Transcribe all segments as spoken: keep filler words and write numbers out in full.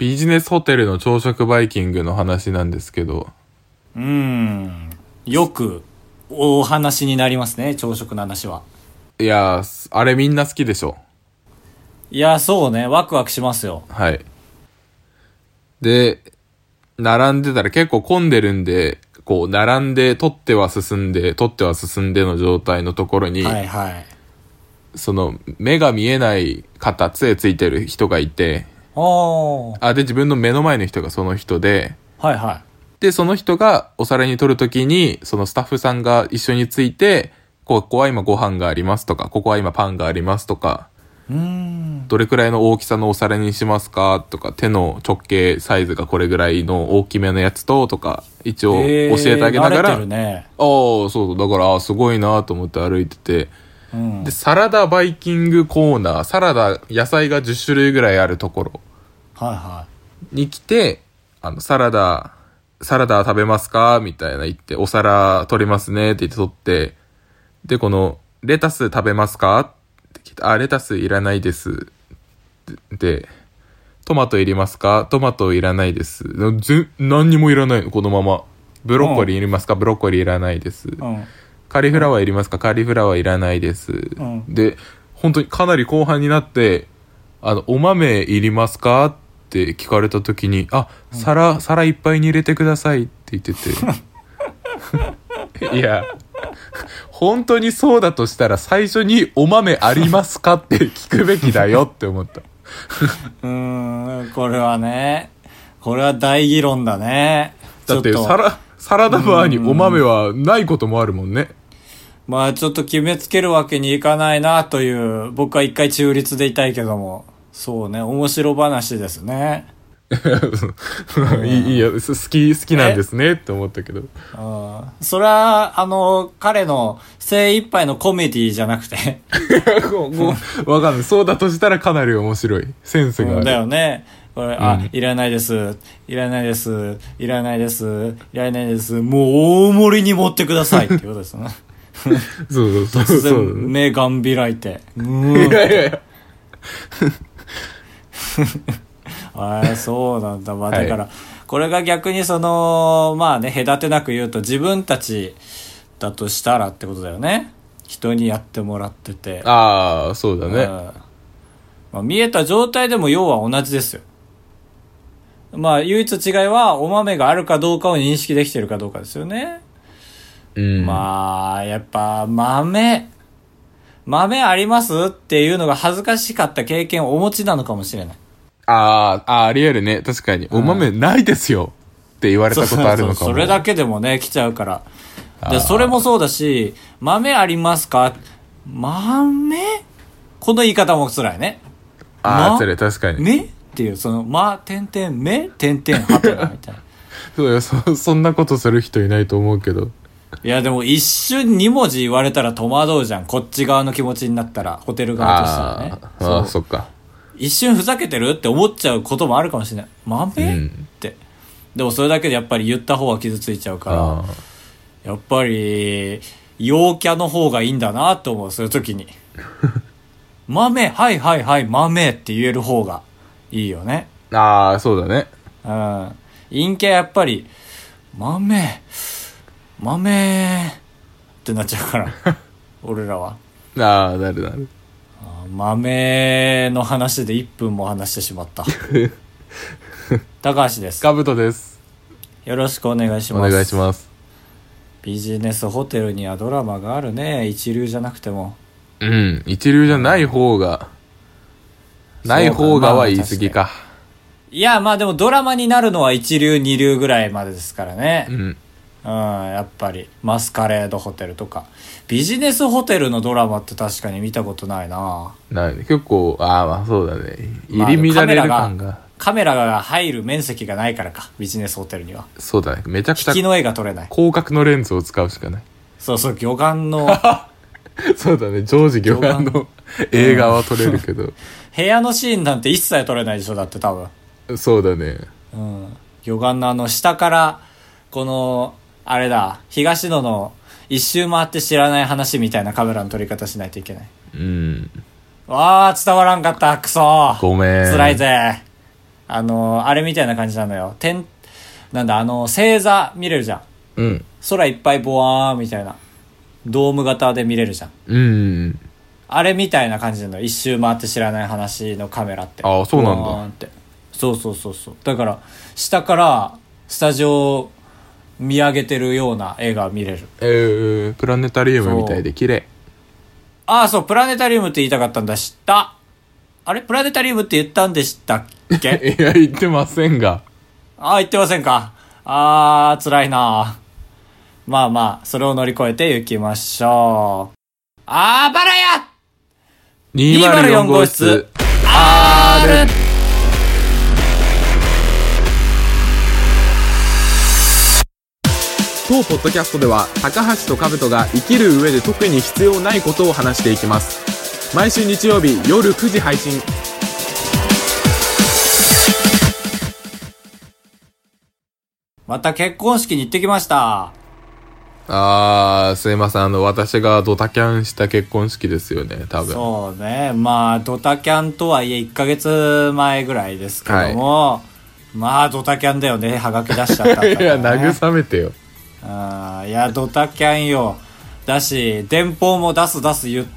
ビジネスホテルの朝食バイキングの話なんですけど。 うーん。よくお話になりますね、朝食の話は。 いやー、あれみんな好きでしょ。 いや、そうね。ワクワクしますよ。 はい。で、並んでたら結構混んでるんで、こう、並んで、取っては進んで、取っては進んでの状態のところに、 はいはい。 その、目が見えない方、杖ついてる人がいて、 おー。 あ、で、自分の目の前の人がその人で、 はいはい。 で、その人がお皿に取るときに、そのスタッフさんが一緒について、ここは今ご飯がありますとか、ここは今パンがありますとか、 うーん。 どれくらいの大きさのお皿にしますかとか、手の直径サイズがこれぐらいの大きめのやつと、とか、一応教えてあげながら、 えー、慣れてるね。 ああ、そうそう、だから、あすごいなと思って歩いてて、 うん。 で、サラダバイキングコーナー、サラダ、野菜がじゅっしゅるいぐらいあるところはいはに来て、あの、サラダ、サラダ食べますかみたいな言って、お皿取りますねって言って取って、で、この、レタス食べますかって聞いて、あ、レタスいらないです。で、トマトいりますかトマトいらないです。ぜ何にもいらないの、このまま。ブロッコリーいりますか、うん、ブロッコリーいらないです。うん、カリフラワーいりますか、カリフラワーいらないです。うん、で、本当にかなり後半になって、あの、お豆いりますかって聞かれた時に、あ、皿、皿いっぱいに入れてくださいって言ってて。いや、本当にそうだとしたら最初にお豆ありますかって聞くべきだよって思った。 うーん、これはね、これは大議論だね。 だってサラ、サラダバーにお豆はないこともあるもんね。 まあちょっと決めつけるわけにいかないなという、僕は一回中立でいたいけども、そうね、面白話ですね。 いい、いいよ、好き、好きなんですねって思ったけど。 あそれは、あの、彼の精一杯のコメディじゃなくて。 もう、もう、わかんない。そうだとしたらかなり面白い。センスがある。 だよね。これ、あ、うん、いらないです。いらないです。いらないです。いらないです。もう大盛りに持ってくださいってことですね。 そうそうそう。 突然目がん開いて。 うーん。いやいやいや。 ああ、そうなんだ。まあ、だから、はい、これが逆にその、まあね、隔てなく言うと自分たちだとしたらってことだよね。人にやってもらってて。 ああ、そうだね。 まあ、見えた状態でも要は同じですよ。まあ、唯一違いは、お豆があるかどうかを認識できてるかどうかですよね。 うん。 まあ、やっぱ、豆、豆ありますっていうのが恥ずかしかった経験をお持ちなのかもしれない。 ああ、あり得るね。確かに。お豆ないですよって言われたことあるのかも。そうそうそう、それだけでもね、来ちゃうから。で、それもそうだし、豆ありますか豆この言い方も辛いね。 ああ、辛い、確かに。 めっていう、その、ま、てんてん、めてんてん、はてな、みたいな。 そうよ、そ、そんなことする人いないと思うけど。 いや、でも一瞬に文字言われたら戸惑うじゃん。こっち側の気持ちになったら、ホテル側としてはね。 ああ、そっか。 一瞬ふざけてるって思っちゃうこともあるかもしれない。豆、うん、って。でもそれだけでやっぱり言った方は傷ついちゃうから、やっぱり、陽キャの方がいいんだなと思う、そういう時に。豆、はいはいはい、豆って言える方がいいよね。 ああ、そうだね。 うん。陰キャやっぱり、豆、豆ってなっちゃうから、俺らは。 ああ、なるなる。 豆の話でいっぷんも話してしまった。高橋です。 かぶとです。 よろしくお願いします。 お願いします。 ビジネスホテルにはドラマがあるね。一流じゃなくても。 うん、一流じゃない方が、うん、ない方がは言い過ぎか。 いや、まあでもドラマになるのは一流二流ぐらいまでですからね。 うん。うん、 やっぱりマスカレードホテルとかビジネスホテルのドラマって確かに見たことないな。 ないね。結構、ああ、まあそうだね。入り乱れる感が、まあ、 カメラが入る面積がないからか、ビジネスホテルには。 そうだね。めちゃくちゃ引きの絵が撮れない。 広角のレンズを使うしかない。 そうそう、魚眼のそうだね。常時魚眼の映画は撮れるけど、うん、 部屋のシーンなんて一切撮れないでしょ。だって多分そうだね。 うん。魚眼のあの下からこのあれだ、東野の一周回って知らない話みたいなカメラの撮り方しないといけない。 うん。 わー、伝わらんかった。クソ。 ごめん。 辛いぜ。 あの、あれみたいな感じなのよ。天、なんだ、あの、星座見れるじゃん。 うん。 空いっぱいボワーンみたいな。ドーム型で見れるじゃん。 うん。 あれみたいな感じなの。一周回って知らない話のカメラって。 ああ、そうなんだ。 ボワーンって。そうそうそうそう。だから、下からスタジオを見上げてるような絵が見れる。 えー、プラネタリウムみたいで綺麗。 ああ、そう、プラネタリウムって言いたかったんだ。知った。あれプラネタリウムって言ったんでしたっけいや、言ってませんが。 ああ、言ってませんか。ああ、辛いな。まあまあ、それを乗り越えて行きましょう。あばらやにーまるよん号室 R。 当ポッドキャストでは高橋と兜が生きる上で特に必要ないことを話していきます。毎週日曜日夜くじ配信。 また結婚式に行ってきました。 あー、すいません。あの、私がドタキャンした結婚式ですよね、多分。 そうね。まあ、ドタキャンとはいえいっかげつまえぐらいですけども、はい、まあ、ドタキャンだよね。はがき出しちゃったから、ね。 いや、慰めてよ。 あいや、ドタキャンよ。だし、電報も出す出す言って、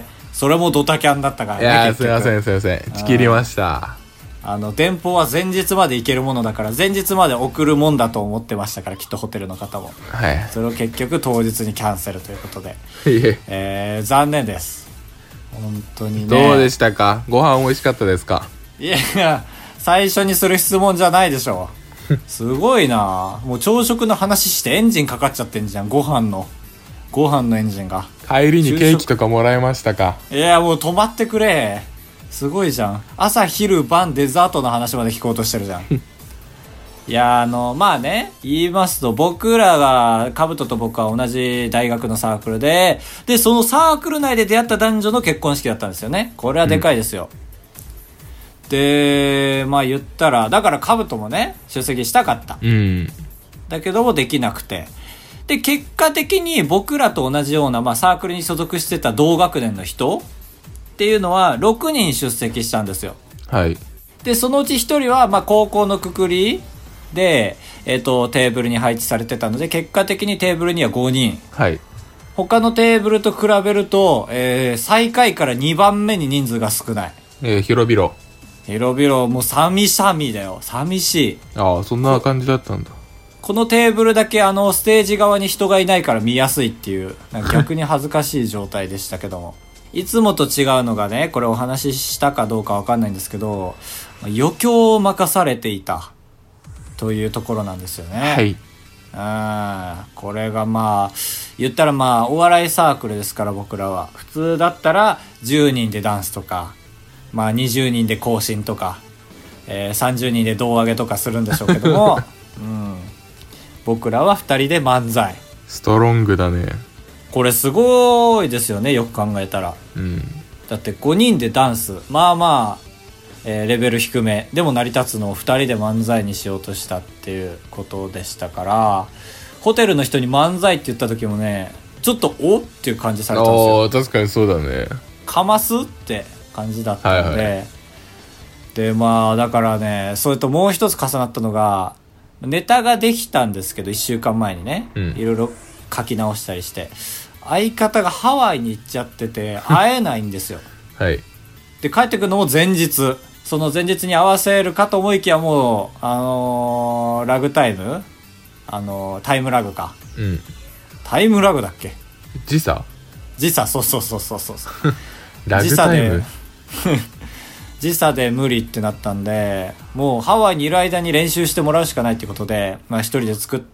それもドタキャンだったからね。 いや、すいません、すいません。ちきりました。 あの、電報は前日まで行けるものだから、前日まで送るもんだと思ってましたから、きっとホテルの方も。 はい。 それを結局当日にキャンセルということで。 いえ。 えー、残念です。本当にね。 どうでしたか？ご飯美味しかったですか？ いやいや、最初にする質問じゃないでしょ。すごいな。もう朝食の話してエンジンかかっちゃってんじゃん、ご飯の。ご飯のエンジンが。 帰りにケーキとかもらいましたか？ いや、もう止まってくれ。すごいじゃん。朝昼晩デザートの話まで聞こうとしてるじゃん。いや、あのまあね、言いますと、僕らがカブトと僕は同じ大学のサークルで、でそのサークル内で出会った男女の結婚式だったんですよね。これはでかいですよ、うん、でまあ言ったら、だからカブトもね出席したかった、 うん、 だけどもできなくて、で結果的に僕らと同じような、まあ、サークルに所属してた同学年の人っていうのはろくにん出席したんですよ。 はい。 でそのうちひとりはまあ高校のくくりで、えーと、テーブルに配置されてたので、結果的にテーブルにはごにん。 はい。 他のテーブルと比べると、えー、最下位からにばんめに人数が少ない。 えー、広々。 広々、もう寂しさみだよ。寂しい。 ああ、そんな感じだったんだ。 このテーブルだけあのステージ側に人がいないから見やすいっていう、なんか逆に恥ずかしい状態でしたけども。いつもと違うのがね、これお話ししたかどうかわかんないんですけど、余興を任されていたというところなんですよね。 はい。 あこれがまあ言ったらまあお笑いサークルですから、僕らは普通だったらじゅうにんでダンスとか、まあにじゅうにんで行進とか、えー、さんじゅうにんで胴上げとかするんでしょうけども、うん、僕らはふたりで漫才。 ストロングだね。 これすごいですよね、よく考えたら、 うん、 だってごにんでダンス、まあまあ、えー、レベル低めでも成り立つのをふたりで漫才にしようとしたっていうことでしたから、ホテルの人に漫才って言った時もね、ちょっとおっていう感じされたんですよ。 ああ、確かにそうだね。 かますって感じだったので、 はいはい、 でまあだからね、それともう一つ重なったのが、ネタができたんですけどいっしゅうかんまえにね、うん、いろいろ書き直したりして、相方がハワイに行っちゃってて会えないんですよ。 はい。 で帰ってくるのも前日、その前日に合わせるかと思いきや、もうあのー、ラグタイム、あのー、タイムラグか、 うん、 タイムラグだっけ、 時差時差、そうそうそうそうそうラグタイム時差で無理ってなったんで、もうハワイにいる間に練習してもらうしかないってことで、まあ一人で作って、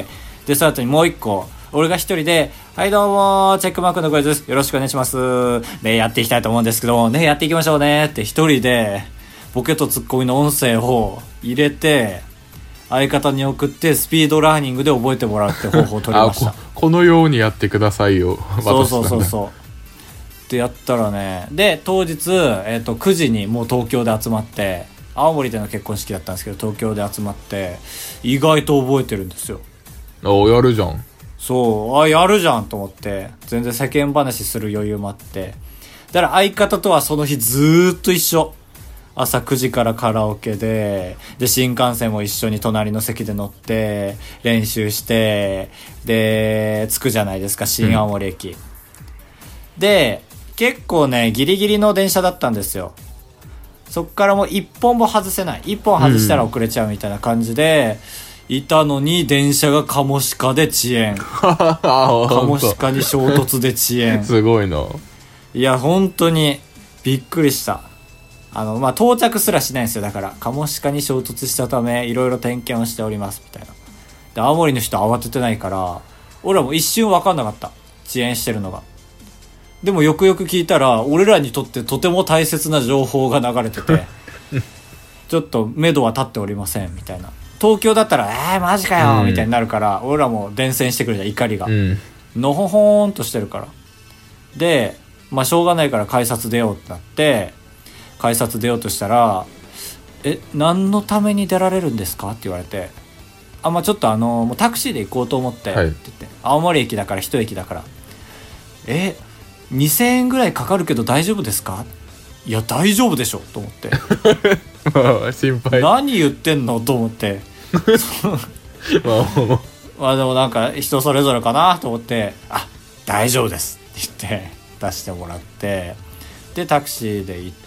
でその後にもう一個俺が一人で、はいどうもチェックマークの声です、よろしくお願いしますでやっていきたいと思うんですけどね、やっていきましょうねって一人でボケとツッコミの音声を入れて相方に送って、スピードラーニングで覚えてもらうって方法を取りました。 あ こ, このようにやってくださいよ。 そうそうそうそうってやったらね、で当日、えーと、くじにもう東京で集まって、青森での結婚式だったんですけど東京で集まって、意外と覚えてるんですよ。 あ、やるじゃん。 そう、あ、やるじゃんと思って、全然世間話する余裕もあって、だから相方とはその日ずーっと一緒。 朝くじからカラオケで、で、新幹線も一緒に隣の席で乗って、練習して、で、着くじゃないですか、新青森駅。うん、で、結構ね、ギリギリの電車だったんですよ。そっからもう一本も外せない。一本外したら遅れちゃうみたいな感じで、うん、いたのに電車がカモシカで遅延。カモシカに衝突で遅延。 すごいな。 いや、本当にびっくりした。あの、まあ、到着すらしないんですよ。だから、カモシカに衝突したため、いろいろ点検をしております、みたいな。で、青森の人慌ててないから、俺らも一瞬分かんなかった。遅延してるのが。でもよくよく聞いたら、俺らにとってとても大切な情報が流れてて、ちょっと目処は立っておりません、みたいな。東京だったら、えー、マジかよ、みたいになるから、俺らも伝染してくるじゃん、怒りが。うん、のほほーんとしてるから。で、まあ、しょうがないから改札出ようってなって、改札出ようとしたら、え、何のために出られるんですかって言われて、あ、まあ、ちょっとあの、もうタクシーで行こうと思って、って言って、青森駅だから一駅だから、え、にせんえんぐらいかかるけど大丈夫ですか？いや、大丈夫でしょと思って。 心配。 何言ってんのと思って。まあでもなんか人それぞれかなと思って、あ、大丈夫ですって言って出してもらって、でタクシーで行って、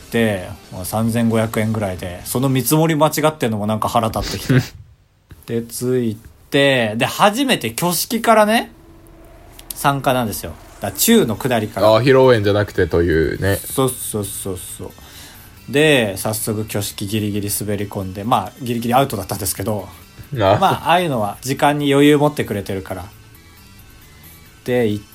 もうさんぜんごひゃくえんぐらいで、その見積もり間違ってんのもなんか腹立ってきて。で、着いて、で、初めて挙式からね、参加なんですよ。だ中の下りから。 ああ、披露宴じゃなくてというね。 そうそうそうそう。で、早速挙式ギリギリ滑り込んで、まあギリギリアウトだったんですけど、あまあああいうのは時間に余裕持ってくれてるから。で、行って、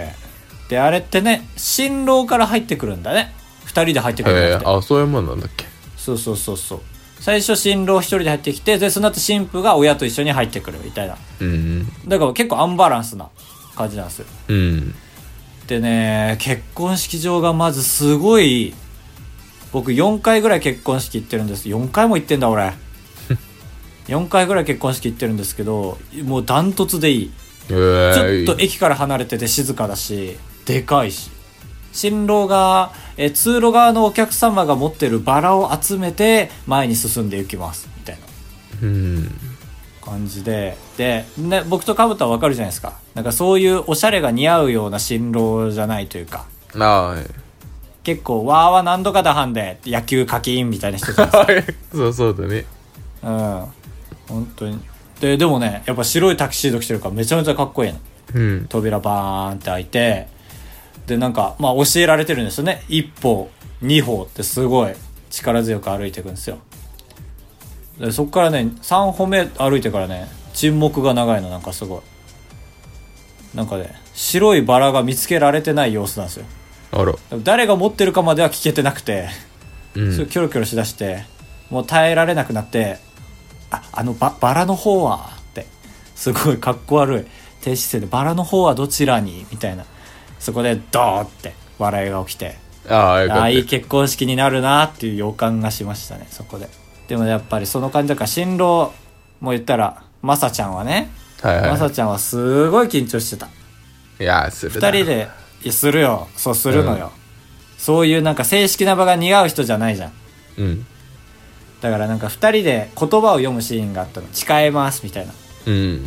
で、あれってね、新郎から入ってくるんだね。二人で入ってくるんだって。 あ、そういうもんなんだっけ。 そうそうそうそう。最初新郎一人で入ってきて、で、その後新婦が親と一緒に入ってくるみたいな。うん。だから結構アンバランスな感じなんですよ。うん。でね、結婚式場がまずすごい、僕よんかいぐらい結婚式行ってるんです。よんかいも行ってんだ俺。よんかいぐらい結婚式行ってるんですけど、もうダントツでいい。えー、ちょっと駅から離れてて静かだし、でかいし。新郎がえ通路側のお客様が持ってるバラを集めて前に進んでいきますみたいな感じで、で、ね、僕とカブトは分かるじゃないですか。なんかそういうおしゃれが似合うような新郎じゃないというか、あ、結構わーわなんとかだはんで野球課金みたいな人じゃないですか。 そうそうだね。 うん、本当に。ででもね、やっぱ白いタキシード着てるからめちゃめちゃかっこいいの、うん、扉バーンって開いて、でなんかまあ教えられてるんですよね。一歩二歩ってすごい力強く歩いていくんですよ。でそっからね三歩目歩いてからね沈黙が長いの。なんかすごいなんかね白いバラが見つけられてない様子なんですよ。あら、誰が持ってるかまでは聞けてなくて、うん、それキョロキョロしだしてもう耐えられなくなって、あ、あの バ, バラの方はってすごいかっこ悪い低姿勢で、バラの方はどちらにみたいな、そこでドーって笑いが起きて、ああ、あ、いい結婚式になるなっていう予感がしましたね、そこで。でもやっぱりその感じだから、新郎も言ったらマサちゃんはね、はいはい、マサちゃんはすごい緊張してた。いやするな、二人で、いやするよ、そうするのよ、うん、そういうなんか正式な場が似合う人じゃないじゃん、うん、だからなんか二人で言葉を読むシーンがあったの。誓いますみたいな、うん、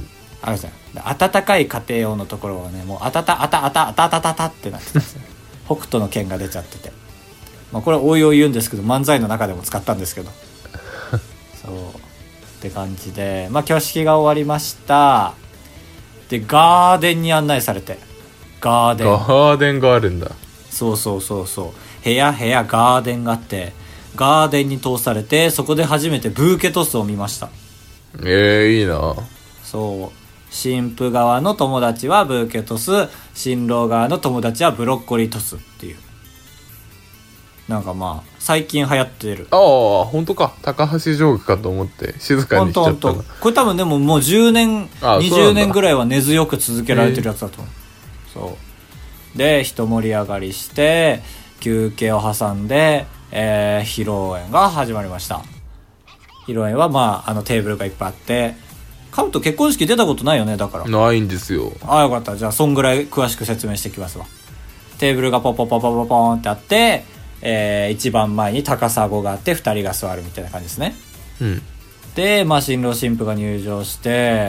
あるじゃん。温かい家庭用のところはね、もうあたたあたあたあたあたたたってなってたんですよ。北斗の拳が出ちゃってて、まあ、これは応用言うんですけど漫才の中でも使ったんですけどそうって感じで、まあ挙式が終わりました。でガーデンに案内されて、ガーデンガーデンがあるんだ。 そうそうそうそう、部屋部屋ガーデンがあって、ガーデンに通されて、そこで初めてブーケトスを見ました。 えー、いいな。 そう、新婦側の友達はブーケトス、新郎側の友達はブロッコリートスっていう、なんかまあ最近流行ってる。 ああ、本当か。高橋ジョークかと思って静かにしちゃったな。 これ多分でももうじゅうねんにじゅうねんぐらいは根強く続けられてるやつだと思う。そうで一盛り上がりして休憩を挟んで、えー、披露宴が始まりました。披露宴はまああのテーブルがいっぱいあって、カブト結婚式出たことないよね。だからないんですよ。 ああ、よかった。じゃあそんぐらい詳しく説明してきますわ。テーブルがポポポポポポーンってあって、 えー、一番前に高砂があって二人が座るみたいな感じですね。 うん。 で、まあ、新郎新婦が入場して、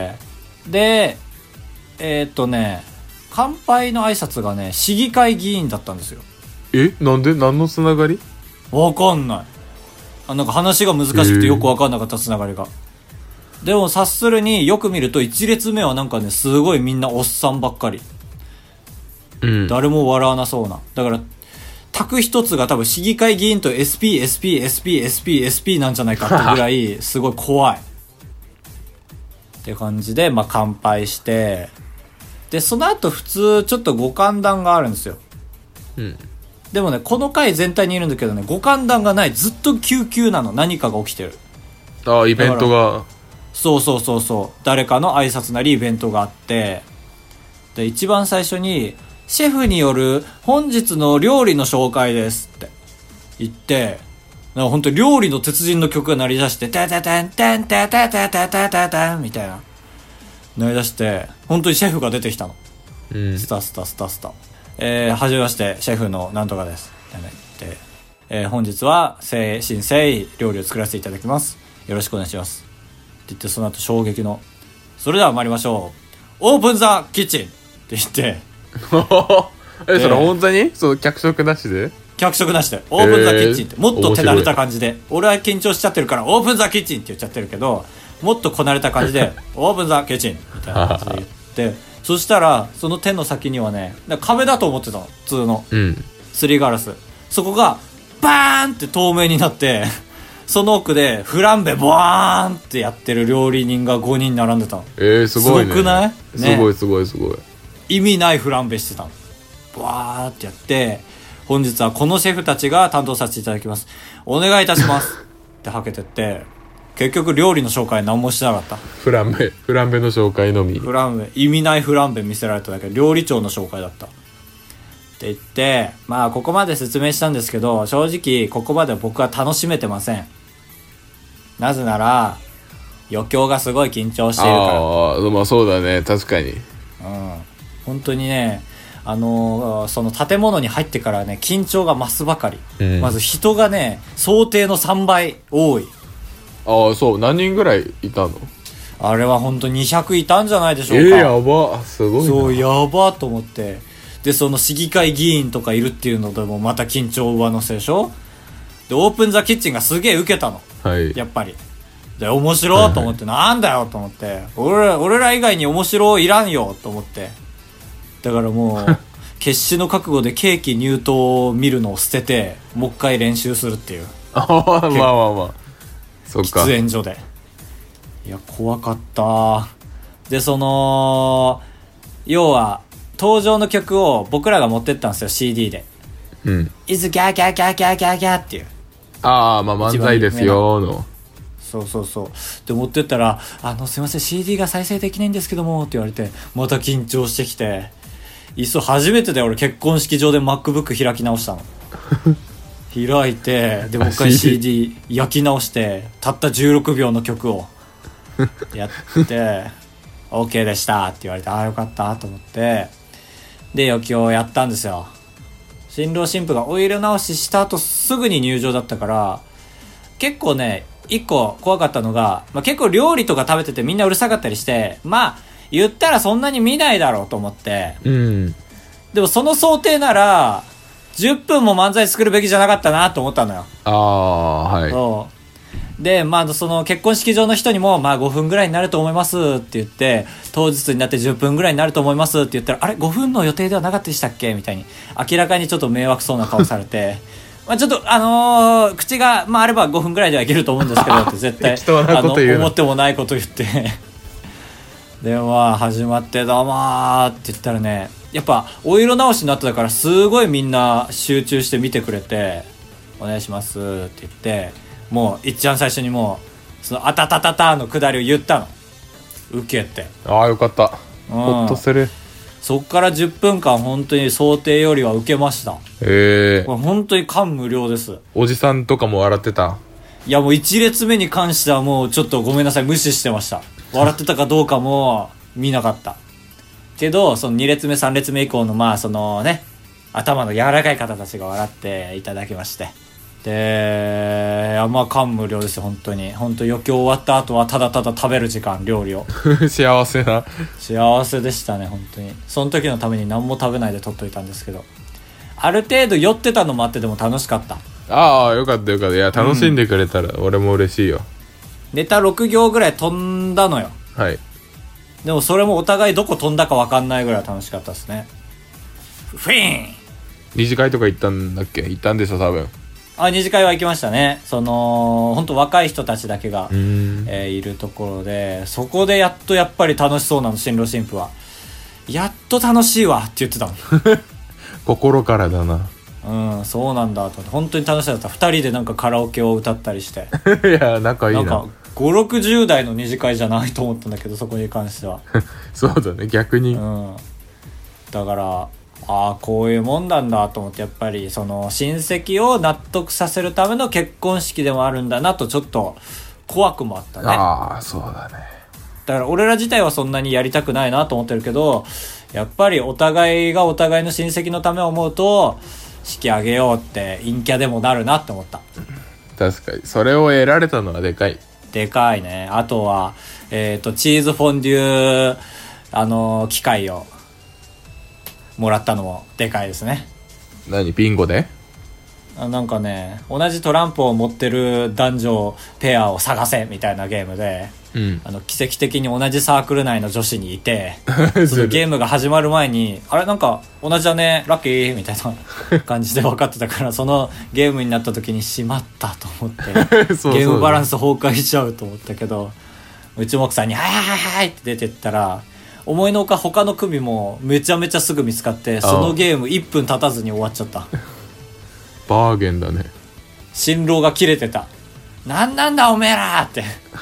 で、えー、っとね、乾杯の挨拶がね、市議会議員だったんですよ。 え、なんで？何のつながり？ わかんない。あ、なんか話が難しくてよくわかんなかったつながりが。でも察するによく見ると一列目はなんかね、すごいみんなおっさんばっかり。 うん。 誰も笑わなそうな。だから、卓一つが多分市議会議員と エスピー、エスピー、エスピー、エスピー、エスピー なんじゃないかってぐらい、すごい怖い。って感じで、まあ乾杯して、で、その後普通ちょっとご歓談があるんですよ。 うん。 でもね、この回全体にいるんだけどね、ご歓談がない。ずっと救急なの。何かが起きてる。 ああ、イベントが。 そうそうそうそう。誰かの挨拶なりイベントがあって、で、一番最初に、シェフによる本日の料理の紹介ですって言って、なんか本当に料理の鉄人の曲が鳴り出して、タタタンタンタタタタタタタンみたいな。鳴り出して、本当にシェフが出てきたの。 うん。 スタスタスタスタ。えー、はじめまして、シェフのなんとかです。って言って、えー、本日は、精神誠意料理を作らせていただきます。よろしくお願いします。って言って、その後衝撃の、それでは参りましょう。オープンザキッチンって言って、 え、それ本当にそう、脚色なしで脚色なしで、オープンザキッチンって、もっと手慣れた感じで、俺は緊張しちゃってるから、オープンザキッチンって言っちゃってるけど、もっとこなれた感じで、オープンザキッチンみたいな感じで言って、そしたら、その手の先にはね、壁だと思ってたの、普通の。 うん。 すりガラス。そこが、バーンって透明になって、その奥で、フランベ、ボワーンってやってる料理人がごにん並んでたの。 えー、すごいね。 すごくない？ね。 すごいすごいすごい。 意味ないフランベしてたの。バーってやって、本日はこのシェフたちが担当させていただきます。お願いいたします。ってはけてって、結局料理の紹介何もしなかった。 フランベ、フランベの紹介のみ。 フランベ、意味ないフランベ見せられただけで、料理長の紹介だった。って言って、まあここまで説明したんですけど、正直ここまで僕は楽しめてません。なぜなら、余興がすごい緊張しているから。 ああ、まあそうだね、確かに。 うん。本当にね、あのー、その建物に入ってからね、緊張が増すばかり。うん、まず人がね、想定のさんばい多い。 ああ、そう、何人ぐらいいたの？ あれは本当にひゃくいたんじゃないでしょうか。 えー、やば、すごいな。 そう、やばと思って。で、その市議会議員とかいるっていうのでもまた緊張上乗せでしょ。で、オープンザキッチンがすげえ受けたの。 はい。 やっぱり。で、面白いと思って、はいはい、なんだよと思って、俺ら、俺ら以外に面白いらんよと思って。だからもう、決死の覚悟でケーキ入刀を見るのを捨てて、もう一回練習するっていう。 ああ、まあまあまあ。そっか。 喫煙所で。いや、怖かった。で、その、要は、登場の曲を僕らが持ってったんですよ、シーディー で。 うん。 いつギャーギャーギャーギャーギャーギャーっていう。 ああ、まあ漫才ですよーの。 そうそうそう。で、持ってったら、あの、すいません、シーディー が再生できないんですけども、って言われて、また緊張してきて、いっそ初めてで俺結婚式場で MacBook 開き直したの。開いて、で、もう一回 シーディー 焼き直して、たったじゅうろくびょうの曲をやって、OK でしたって言われて、ああよかったと思って、で、余興をやったんですよ。新郎新婦がお色直しした後すぐに入場だったから、結構ね、一個怖かったのが、まあ、結構料理とか食べててみんなうるさかったりして、まあ、言ったらそんなに見ないだろうと思って。 うん。 でもその想定なら、じゅっぷんも漫才作るべきじゃなかったなと思ったのよ。 ああ、はい。 そう。で、まあ、その結婚式場の人にも、まあごふんぐらいになると思いますって言って、当日になってじゅっぷんぐらいになると思いますって言ったら、あれごふんの予定ではなかったでしたっけみたいに、明らかにちょっと迷惑そうな顔されて、まあちょっと、あのー、口が、まああればごふんぐらいではいけると思うんですけど、って絶対、あの、思ってもないこと言って、で、まあ始まってどうもーって言ったらね、やっぱお色直しになってたからすごいみんな集中して見てくれて、お願いしますって言って、もう一番最初にもうそのあたたたたのくだりを言ったの。受けて。 ああよかった。 うん、 ほっとする。 そっからじゅっぷんかん本当に想定よりは受けました。 へえ。 これ本当に感無量です。 おじさんとかも笑ってた？ いやもう一列目に関してはもうちょっとごめんなさい無視してました。笑ってたかどうかも見なかった。けどそのに列目さん列目以降のまあそのね頭の柔らかい方たちが笑っていただきまして。で、まあ感無量ですよ、本当に。本当余興終わった後はただただ食べる時間、料理を。 幸せな。 幸せでしたね、本当に。その時のために何も食べないで撮っといたんですけど。ある程度酔ってたのもあってでも楽しかった。 ああ、よかったよかった。いや、楽しんでくれたら俺も嬉しいよ。 うん、ネタろく行ぐらい飛んだのよ。 はい。 でもそれもお互いどこ飛んだか分かんないぐらい楽しかったですね。フィーン二次会とか行ったんだっけ？行ったんでしょ、多分。 あ、二次会は行きましたね。その、ほんと若い人たちだけが、えー、いるところで、そこでやっとやっぱり楽しそうなの、新郎新婦は。やっと楽しいわって言ってたもん。 心からだな。 うん、そうなんだと思って。本当に楽しかった。二人でなんかカラオケを歌ったりして。 いや、仲いいな。 なんか、ご、ろくじゅう代の二次会じゃないと思ったんだけど、そこに関しては。 そうだね、逆に。 うん。だから、ああこういうもんなんだと思って、やっぱりその親戚を納得させるための結婚式でもあるんだなとちょっと怖くもあったね。 ああそうだね。 だから俺ら自体はそんなにやりたくないなと思ってるけど、やっぱりお互いがお互いの親戚のためを思うと式あげようって陰キャでもなるなって思った。 確かにそれを得られたのはでかい。 でかいね。あとはえっとチーズフォンデュあの機械をもらったのもでかいですね。 何ビンゴで？ あなんかね、同じトランプを持ってる男女ペアを探せみたいなゲームで、うん、あの奇跡的に同じサークル内の女子にいてそのゲームが始まる前にあれなんか同じだねラッキーみたいな感じで分かってたからそのゲームになった時にしまったと思ってそうそうゲームバランス崩壊しちゃうと思ったけど、うちも奥さんにはいはいはいはいって出てったら思いのほか他の組もめちゃめちゃすぐ見つかってそのゲームいっぷん経たずに終わっちゃった。 バーゲンだね。 新郎がキレてた。なんなんだおめえらって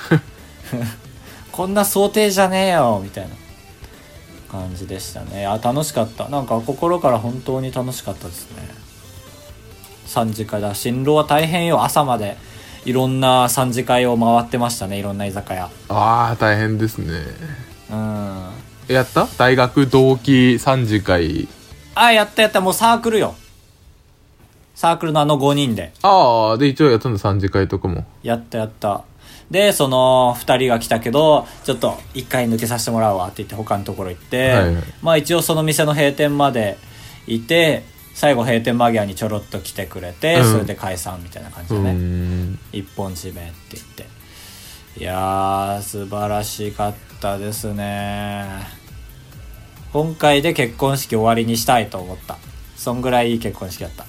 こんな想定じゃねえよみたいな感じでしたね。あ楽しかった。なんか心から本当に楽しかったですね。さん次会だ。新郎は大変よ。朝までいろんなさん次会を回ってましたね。いろんな居酒屋。 ああ大変ですね。 うんやった大学同期さん次会。 あやったやった。もうサークルよ。サークルのあのごにんで。 ああで一応やったのさん次会とかも。 やったやった。でそのふたりが来たけどちょっといっかい抜けさせてもらうわって言って他のところ行って、はいはい、まあ一応その店の閉店までいて最後閉店間際にちょろっと来てくれて、うん、それで解散みたいな感じでね一本締めって言って。いやー素晴らしかったですね。今回で結婚式終わりにしたいと思った。そんぐらいいい結婚式だった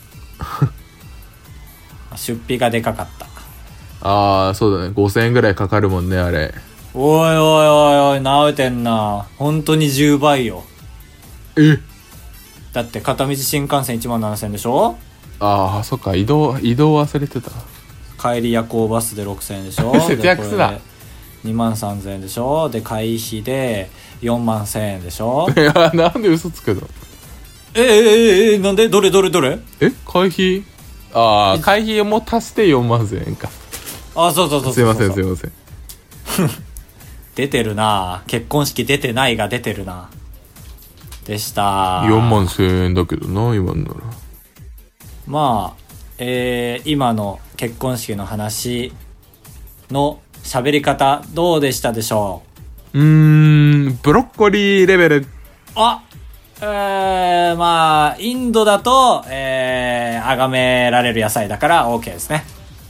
出費がでかかった。 ああそうだねごせんえんぐらいかかるもんねあれ。 おいおいおいおいなめてんな。本当にじゅうばいよ。 えだって片道新幹線いちまんななせんえんでしょ。 ああそっか移動移動忘れてた。 帰り夜行バスでろくせんえんでしょ節約すな。 にまんさんぜんえんでしょ。で会費でよんまんせんえんでしょ。 いやなんで嘘つくの。 えー、えー、えー、なんでどれどれどれえ会費ああ会費も足してよんまんせんえんか。 あそうそうそうそうそうすいませんすいません出てるな。結婚式出てないが出てるな。でしたよんまんせんえんだけどな今なら。 まあえー、今の結婚式の話の喋り方どうでしたでしょう。うーんブロッコリーレベル。 あえー、まあインドだとえー、崇められる野菜だから OK ですね。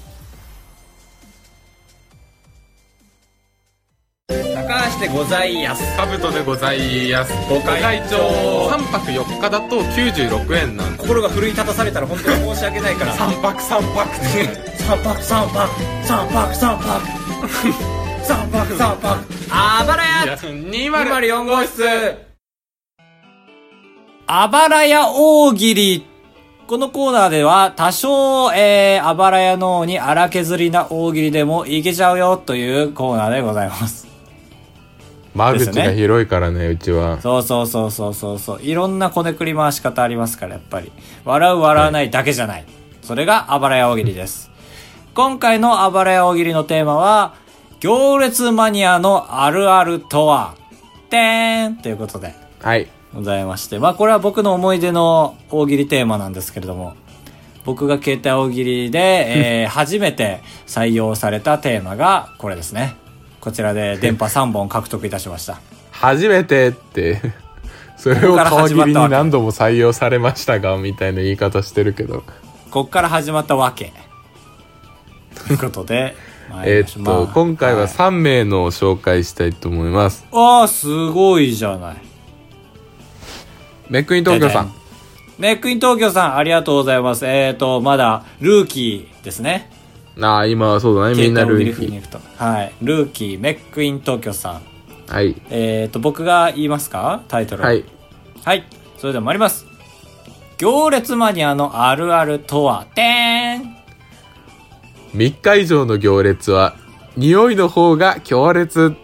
高橋でございやす。 カブトでございやす。ご会長さんぱくよっかだときゅうじゅうろくえんなんで。 心が奮い立たされたら本当に申し訳ないからさんぱくさんぱくってさんぱくさんぱくさんぱくさんぱくさんぱくさんぱくあばらやにまるよん号室あばらや大喜利。このコーナーでは多少、えー、あばらやのに荒削りな大喜利でもいけちゃうよというコーナーでございます。 間口が広いからねうちは。 そうそうそうそうそうそう。いろんなこねくり回し方ありますからやっぱり笑う笑わないだけじゃない、はい、それがあばらや大喜利です今回のあばらや大喜利のテーマは行列マニアのあるあるとはてーんということではいございまして。まあこれは僕の思い出の大喜利テーマなんですけれども、僕が携帯大喜利で、えー、初めて採用されたテーマがこれですね。こちらで電波さんぼん獲得いたしました。 初めてって、それを皮切りに何度も採用されましたが、みたいな言い方してるけど。 こっから始まったわけ。ということで、 えっと、まあ、今回はさんめいの紹介したいと思います。 はい、ああ、すごいじゃない。 メックイン東京さん。 メックイン東京さん、ありがとうございます。えっと、まだ、ルーキーですね。 ああ、今はそうだね。みんなルーキー。 はい。ルーキー、メックイン東京さん。 はい。 えっと、僕が言いますか？タイトル。 はい。 はい。それでは参ります。行列マニアのあるあるとは、てーん。 みっか以上の行列は、匂いの方が強烈。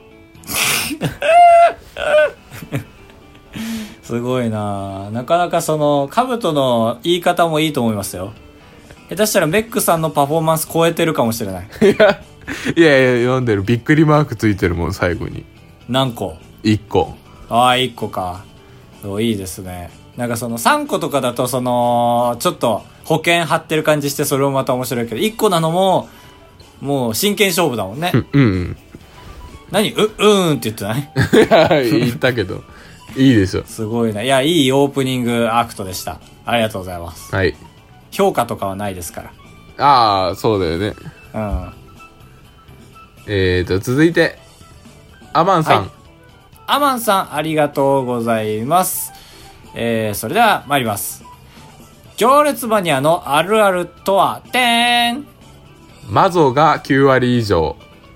すごいななかなかその、カブトの言い方もいいと思いますよ。下手したらメックさんのパフォーマンス超えてるかもしれない。 いや、いやいや、読んでる。びっくりマークついてるもん、最後に。 何個？ いっこ。 ああ、いっこか。そういいですね。なんかそのさんことかだとその、ちょっと保険張ってる感じしてそれもまた面白いけど、いっこなのも、もう真剣勝負だもんね。 うん、うん。 何う、うーんって言ってない？ いや、言ったけど。いいでしょ。 すごいな。いや、いいオープニングアクトでした。ありがとうございます。 はい。 評価とかはないですから。 ああ、そうだよね。 うん。 えーと、続いて、アマンさん。 はい、アマンさん、ありがとうございます。えー、それでは参ります。行列マニアのあるあるとは、てーん。 マゾがきゅうわり以上。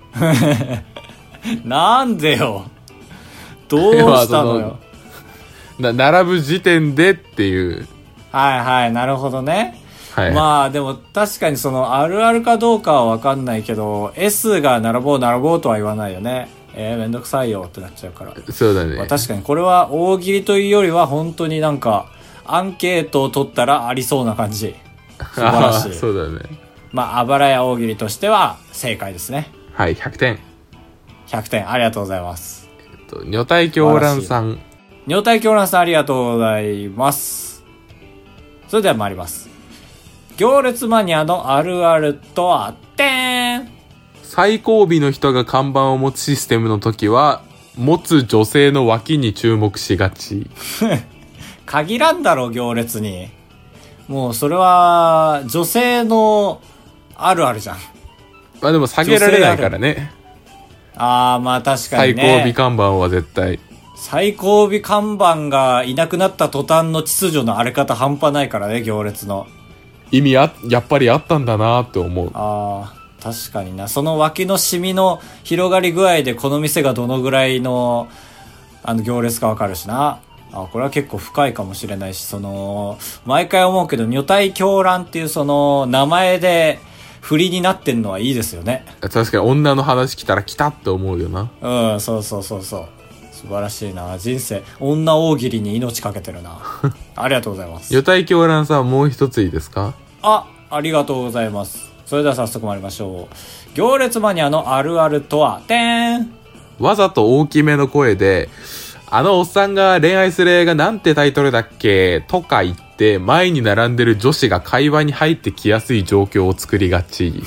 なんでよ。どうしたのよ。 な、並ぶ時点でっていう。 はいはい、なるほどね。 はい、 まあでも確かにそのあるあるかどうかはわかんないけど、S が並ぼう並ぼうとは言わないよね。えー、めんどくさいよってなっちゃうから。 そうだね。 まあ、確かにこれは大喜利というよりは本当になんかアンケートを取ったらありそうな感じ。素晴らしい。 そうだね。 まあ、あばらや大喜利としては正解ですね。 はい、ひゃくてん。 ひゃくてん、ありがとうございます。 えっと、女体狂乱さん。 女体狂乱さん、ありがとうございます。それでは参ります。行列マニアのあるあるとは、てーん。 最後尾の人が看板を持つシステムの時は、持つ女性の脇に注目しがち。 限らんだろ、行列に。もう、それは、女性のあるあるじゃん。 まあでも下げられないからね。 ああ、まあ確かにね。 最後尾看板は絶対。 最後尾看板がいなくなった途端の秩序の荒れ方半端ないからね、行列の。 意味あ、やっぱりあったんだなって思う。 ああ、確かにな。その脇のシミの広がり具合でこの店がどのぐらいの、あの行列かわかるしな。あ、これは結構深いかもしれないし、その、毎回思うけど、女体狂乱っていうその、名前で、振りになってんのはいいですよね。 確かに女の話来たら来たって思うよな。 うん、そうそうそうそう。素晴らしいな。人生、女大喜利に命かけてるな。ありがとうございます。 女体狂乱さんもう一ついいですか？ あ、ありがとうございます。それでは早速参りましょう。行列マニアのあるあるとは、てーん。 わざと大きめの声で、あのおっさんが恋愛する映画なんてタイトルだっけとか言って、前に並んでる女子が会話に入ってきやすい状況を作りがち。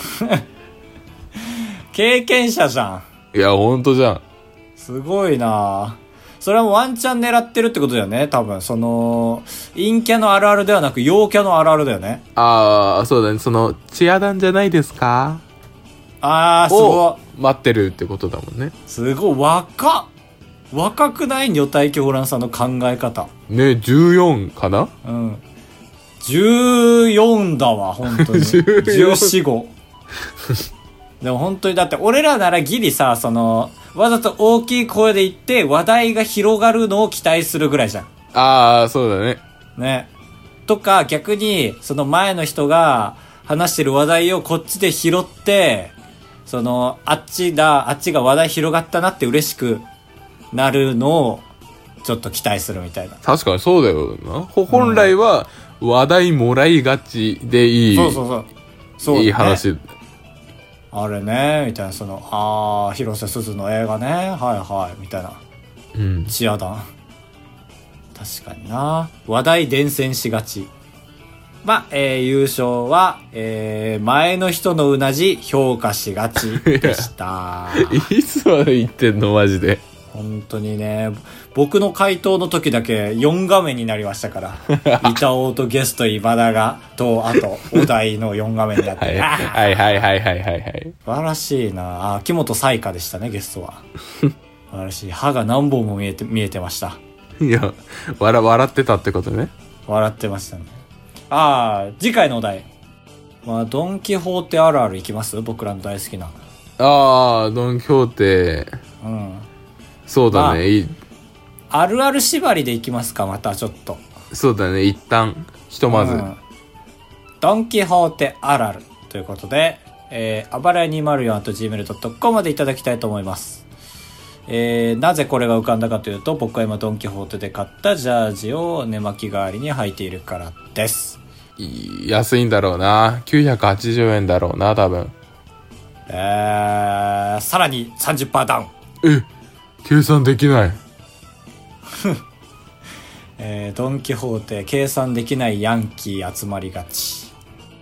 経験者じゃん。いや、ほんとじゃん。 すごいな。それはもうワンチャン狙ってるってことだよね、多分。その、陰キャのあるあるではなく、陽キャのあるあるだよね。 ああ、そうだね。その、チアダンじゃないですか？ あー、すごい。 待ってるってことだもんね。 すごい、若っ。若くない？女体狂乱さんの考え方。 ね、じゅうよんかな？ うん。じゅうよんだわ、本当に。じゅうよん、ご。でも本当に、だって俺らならギリさ、その、わざと大きい声で言って話題が広がるのを期待するぐらいじゃん。 ああ、そうだね。 ね。とか、逆に、その前の人が話してる話題をこっちで拾って、その、あっちだ、あっちが話題広がったなって嬉しくなるのを、ちょっと期待するみたいな。 確かにそうだよな。本来は話題もらいがちでいい。 そうそうそう。そう、ね、 いい話。 あれね、みたいな、その、あー、広瀬すずの映画ね、はいはい、みたいな。 うん。 チアダン。 確かにな。話題伝染しがち。まあ、えー、優勝は、えー、前の人のうなじ評価しがちでした。 いつまで言ってんのマジで。 本当にね、僕の回答の時だけよん画面になりましたから。板尾とゲスト今田が、と、あと、お題のよん画面になって。 はいはいはいはいはいはいはい。 素晴らしいな。あ、木本彩香でしたね、ゲストは。素晴らしい。歯が何本も見えて、見えてました。 いや、笑、笑ってたってことね。 笑ってましたね。ああ、次回のお題。まあ、ドンキホーテあるあるいきます？僕らの大好きな。 ああ、ドンキホーテ。 うん。 そうだね、まあ、いい。 あるある縛りでいきますか、またちょっと。 そうだね、一旦、ひとまず、うん。 ドンキホーテあるあるということで、えー、あばらや にまるよん アットジーメール ドットコム までいただきたいと思います。えー、なぜこれが浮かんだかというと、僕は今ドンキホーテで買ったジャージを寝巻き代わりに履いているからです。 安いんだろうな。きゅうひゃくはちじゅうえんだろうな、多分。 えー、さらに さんじゅっパーセント ダウン。 え、計算できない。 えー、ドンキホーテ計算できないヤンキー集まりがち。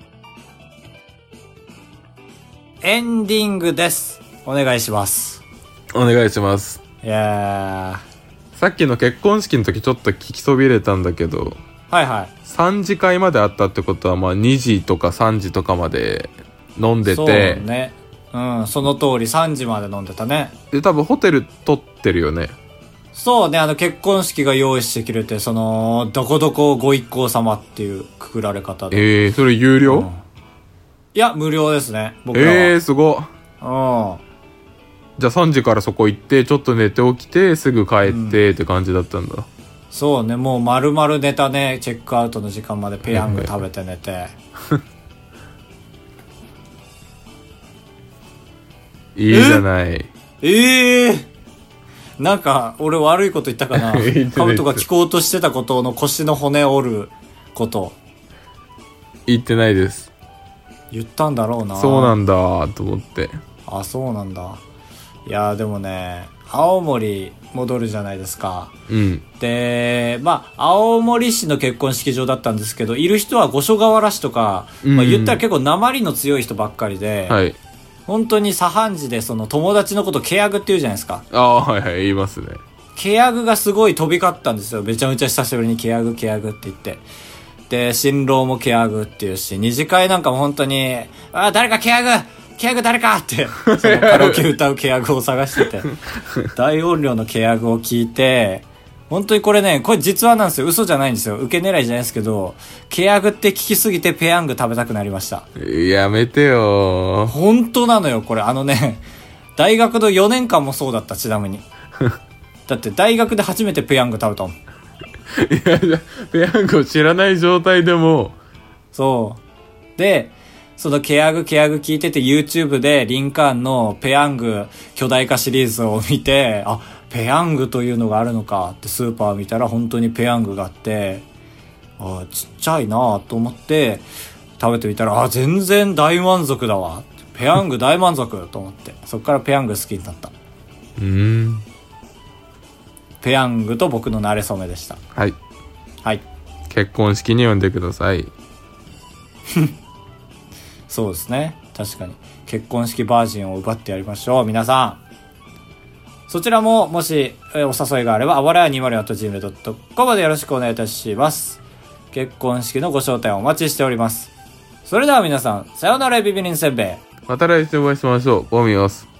エンディングです。お願いします。 お願いします。 いやー、さっきの結婚式の時ちょっと聞きそびれたんだけど、 はいはい。 さんじ会まであったってことは、まあにじとかさんじとかまで飲んでて。そうね。うん、その通りさんじまで飲んでたね。 で、多分ホテル取ってるよね。 そうね、あの結婚式が用意してくれて、その、どこどこご一行様っていうくくられ方で。 えー、それ有料？うん、 いや、無料ですね、僕らは。 えー、すごっ。 うん。 じゃあさんじからそこ行って、ちょっと寝て起きて、すぐ帰ってって感じだったんだ。うん、 そうね、もう丸々寝たね、チェックアウトの時間までペヤング食べて寝て。 いいじゃない。 ええー、なんか、俺悪いこと言ったかな。カブトが聞こうとしてたことの腰の骨折ること。 言ってないです。 言ったんだろうな。 そうなんだ、と思って。 あ、そうなんだ。いや、でもね、青森戻るじゃないですか。 うん。 で、まあ、青森市の結婚式場だったんですけど、いる人は五所川原市とか、うんうん、まあ、言ったら結構訛りの強い人ばっかりで、 はい。 本当に左半時でその友達のことケヤグって言うじゃないですか。 ああ、はいはい、言いますね。 ケヤグがすごい飛び交ったんですよ。めちゃめちゃ久しぶりにケヤグケヤグって言って。で、新郎もケヤグって言うし、二次会なんかも本当に、あ、誰かケヤグケヤグ誰かって、そのカラオケ歌うケヤグを探してて、大音量のケヤグを聞いて、本当にこれね、これ実話なんですよ。嘘じゃないんですよ。受け狙いじゃないですけど、ケヤグって聞きすぎてペヤング食べたくなりました。 やめてよ。 本当なのよ、これ。あのね、大学のよねんかんもそうだった、ちなみに。だって大学で初めてペヤング食べたもん。いや、ペヤングを知らない状態でも。 そう。で、そのケヤグケヤグ聞いてて YouTube でリンカーンのペヤング巨大化シリーズを見て、あ、ペヤングというのがあるのかってスーパー見たら本当にペヤングがあって、あ、ちっちゃいなと思って食べてみたら、あ、全然大満足だわ。ペヤング大満足と思って、そっからペヤング好きになった。 うーん。 ペヤングと僕の馴れ初めでした。 はい。 はい。 結婚式に呼んでください。 そうですね。確かに。結婚式バージンを奪ってやりましょう。皆さん。そちらも、もし、えー、お誘いがあれば、あばらや にまるよん アットジーメール ドットコム までよろしくお願いいたします。結婚式のご招待をお待ちしております。それでは皆さん、さようならビビリンせんべい。 また来週お会いしましょう。ボミオス。